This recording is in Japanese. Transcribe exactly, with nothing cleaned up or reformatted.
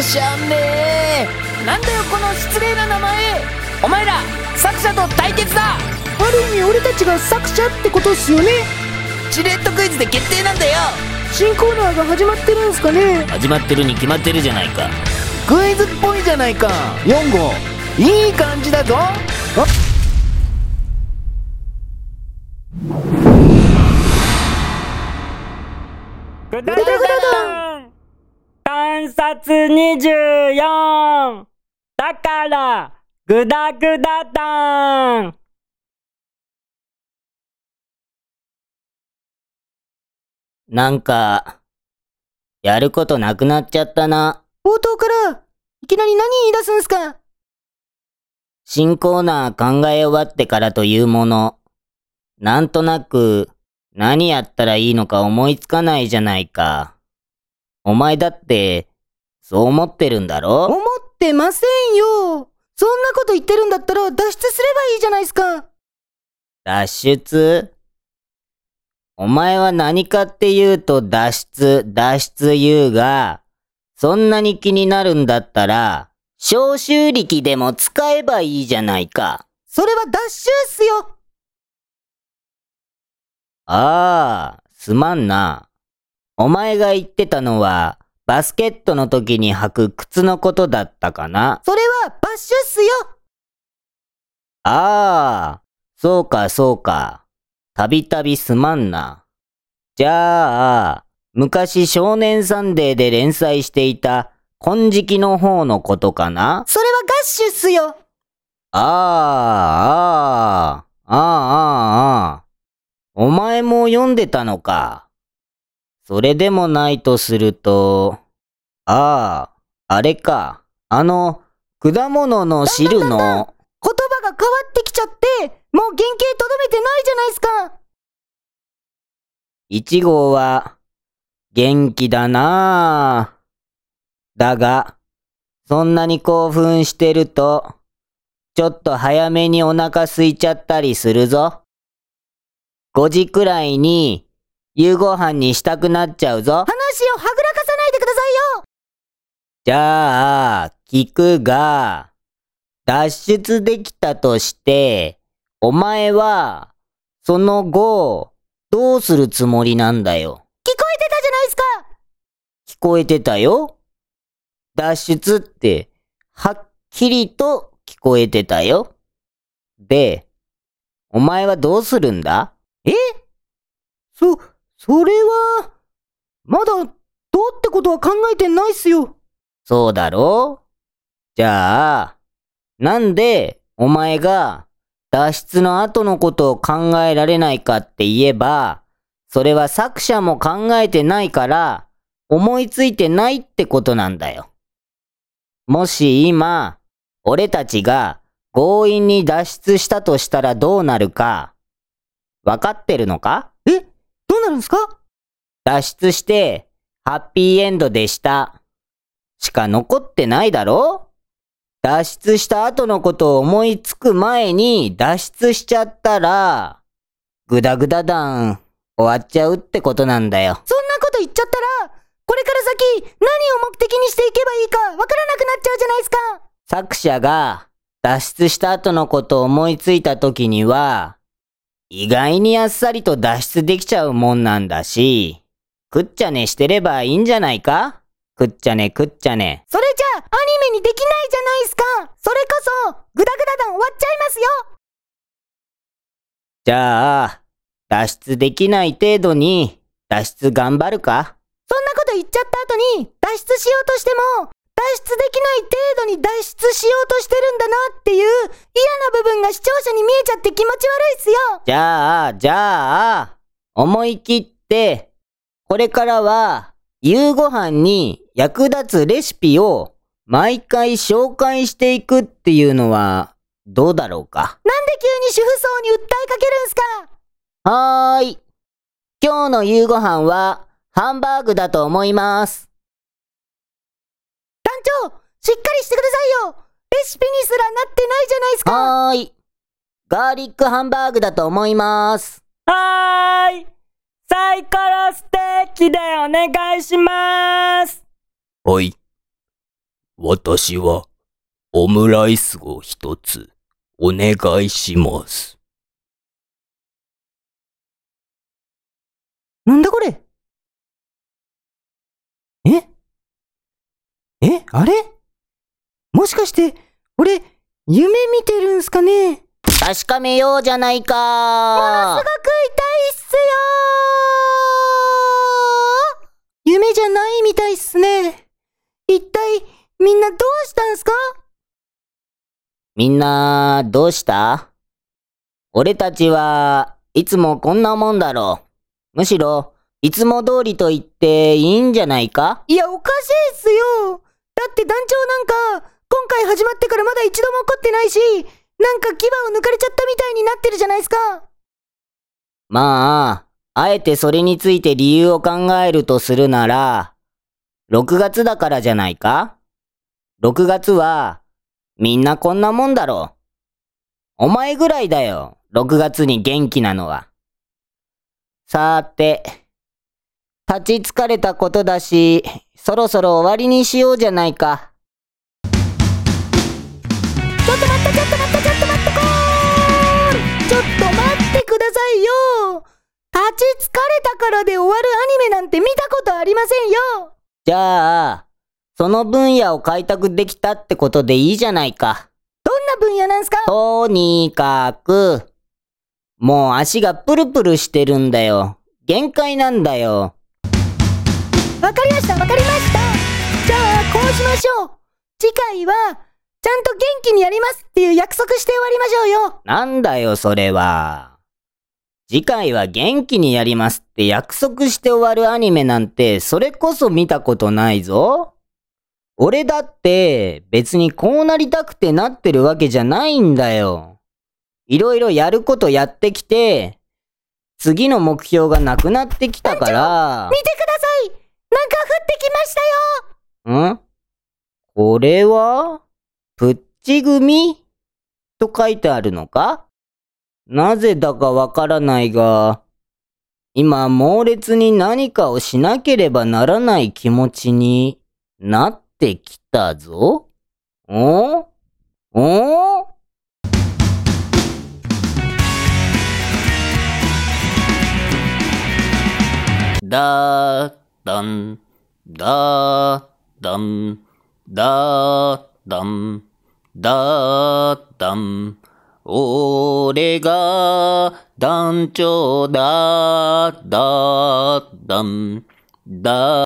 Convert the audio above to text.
しゃんねー。なんだよこの失礼な名前。お前ら作者と対決だ。 ある意味俺たちが作者ってことっすよね。 シルエットクイズで決定なんだよ。 新コーナーが始まってるんすかね。 始まってるに決まってるじゃないか。 クイズっぽいじゃないか。よん号いい感じだぞ。あぐだぐだだん観察にじゅうよんだからぐだぐだだん。 なんかやることなくなっちゃったな。 冒頭からいきなり何言い出すんすか。 新コーナー考え終わってからというもの、なんとなく何やったらいいのか思いつかないじゃないか。お前だってそう思ってるんだろ？ 思ってませんよ。そんなこと言ってるんだったら脱出すればいいじゃないすか。 脱出？お前は何かっていうと脱出、脱出言うが、そんなに気になるんだったら、消臭力でも使えばいいじゃないか。 それは脱臭っすよ。 ああ、すまんな。お前が言ってたのは、バスケットの時に履く靴のことだったかな。 それはバッシュっすよ。 ああ、そうかそうか。たびたびすまんな。じゃあ、昔少年サンデーで連載していた金色の方のことかな。 それはガッシュっすよ。 ああ、ああ、ああ、ああ。お前も読んでたのか。それでもないとすると、ああ、あれか。あの、果物の汁の。 だんだんだんだん言葉が変わってきちゃって、もう原型とどめてないじゃないすか。 一号は、元気だなあ。だが、そんなに興奮してると、ちょっと早めにお腹空いちゃったりするぞ。ごじくらいに夕ご飯にしたくなっちゃうぞ。 話をはぐらかさないでくださいよ。 じゃあ、聞くが、脱出できたとして、お前は、その後、どうするつもりなんだよ。 聞こえてたじゃないすか。 聞こえてたよ。脱出って、はっきりと聞こえてたよ。で、お前はどうするんだ？ え？そ、それは、まだ、どうってことは考えてないっすよ。 そうだろう？じゃあ、なんでお前が脱出の後のことを考えられないかって言えば、それは作者も考えてないから思いついてないってことなんだよ。もし今、俺たちが強引に脱出したとしたらどうなるか、わかってるのか？ え？どうなるんすか？ 脱出してハッピーエンドでしたしか残ってないだろ？脱出した後のことを思いつく前に脱出しちゃったら、グダグダ団終わっちゃうってことなんだよ。 そんなこと言っちゃったら、これから先何を目的にしていけばいいかわからなくなっちゃうじゃないですか。 作者が脱出した後のことを思いついた時には、意外にあっさりと脱出できちゃうもんなんだし、くっちゃねしてればいいんじゃないか？くっちゃねくっちゃね。 それじゃあアニメにできないじゃないですか。それこそグダグダ団終わっちゃいますよ。 じゃあ、脱出できない程度に脱出頑張るか？ そんなこと言っちゃった後に脱出しようとしても、脱出できない程度に脱出しようとしてるんだなっていう嫌な部分が視聴者に見えちゃって気持ち悪いっすよ。 じゃあ、じゃあ、思い切って、これからは夕ご飯に役立つレシピを毎回紹介していくっていうのはどうだろうか？ なんで急に主婦層に訴えかけるんすか？ はーい。今日の夕ご飯はハンバーグだと思います。 団長、しっかりしてくださいよ。レシピにすらなってないじゃないですか。 はーい。ガーリックハンバーグだと思います。 はーい。サイコロステーキでお願いします。 おい。 私は、オムライスを一つ、お願いします。 なんだこれ？ええ、あれ？もしかして、俺、夢見てるんすかね？ 確かめようじゃないか。 ものすごく痛いっすよー。夢じゃないみたいっすね。一体、みんなどうしたんすか？ みんな、どうした？俺たちはいつもこんなもんだろう。むしろ、いつも通りと言っていいんじゃないか？ いや、おかしいっすよ。だって団長なんか、今回始まってからまだ一度も怒ってないし、なんか牙を抜かれちゃったみたいになってるじゃないですか。 まあ、あえてそれについて理由を考えるとするなら、ろくがつだからじゃないか？ ろく 月は、みんなこんなもんだろう。お前ぐらいだよ、ろくがつに元気なのは。さーて、立ち疲れたことだし、そろそろ終わりにしようじゃないか。 ちょっと待ったちょっと待ったちょっと待ったこーんちょっと待ってくださいよ。立ち疲れたからで終わるアニメなんて見たことありませんよ。 じゃあ、その分野を開拓できたってことでいいじゃないか。 どんな分野なんすか？ とにかく、もう足がプルプルしてるんだよ。限界なんだよ。 わかりましたわかりました。じゃあこうしましょう。次回はちゃんと元気にやりますっていう約束して終わりましょうよ。 なんだよそれは。次回は元気にやりますって約束して終わるアニメなんてそれこそ見たことないぞ。俺だって別にこうなりたくてなってるわけじゃないんだよ。いろいろやることやってきて、次の目標がなくなってきたから。 見てください。なんか降ってきましたよ。ん？これはプッチ組と書いてあるのか？なぜだかわからないが、今猛烈に何かをしなければならない気持ちになってきたぞ。お？お？ だーだん、だーだん、だーだん、だーだん。俺が団長だーだーだん、だー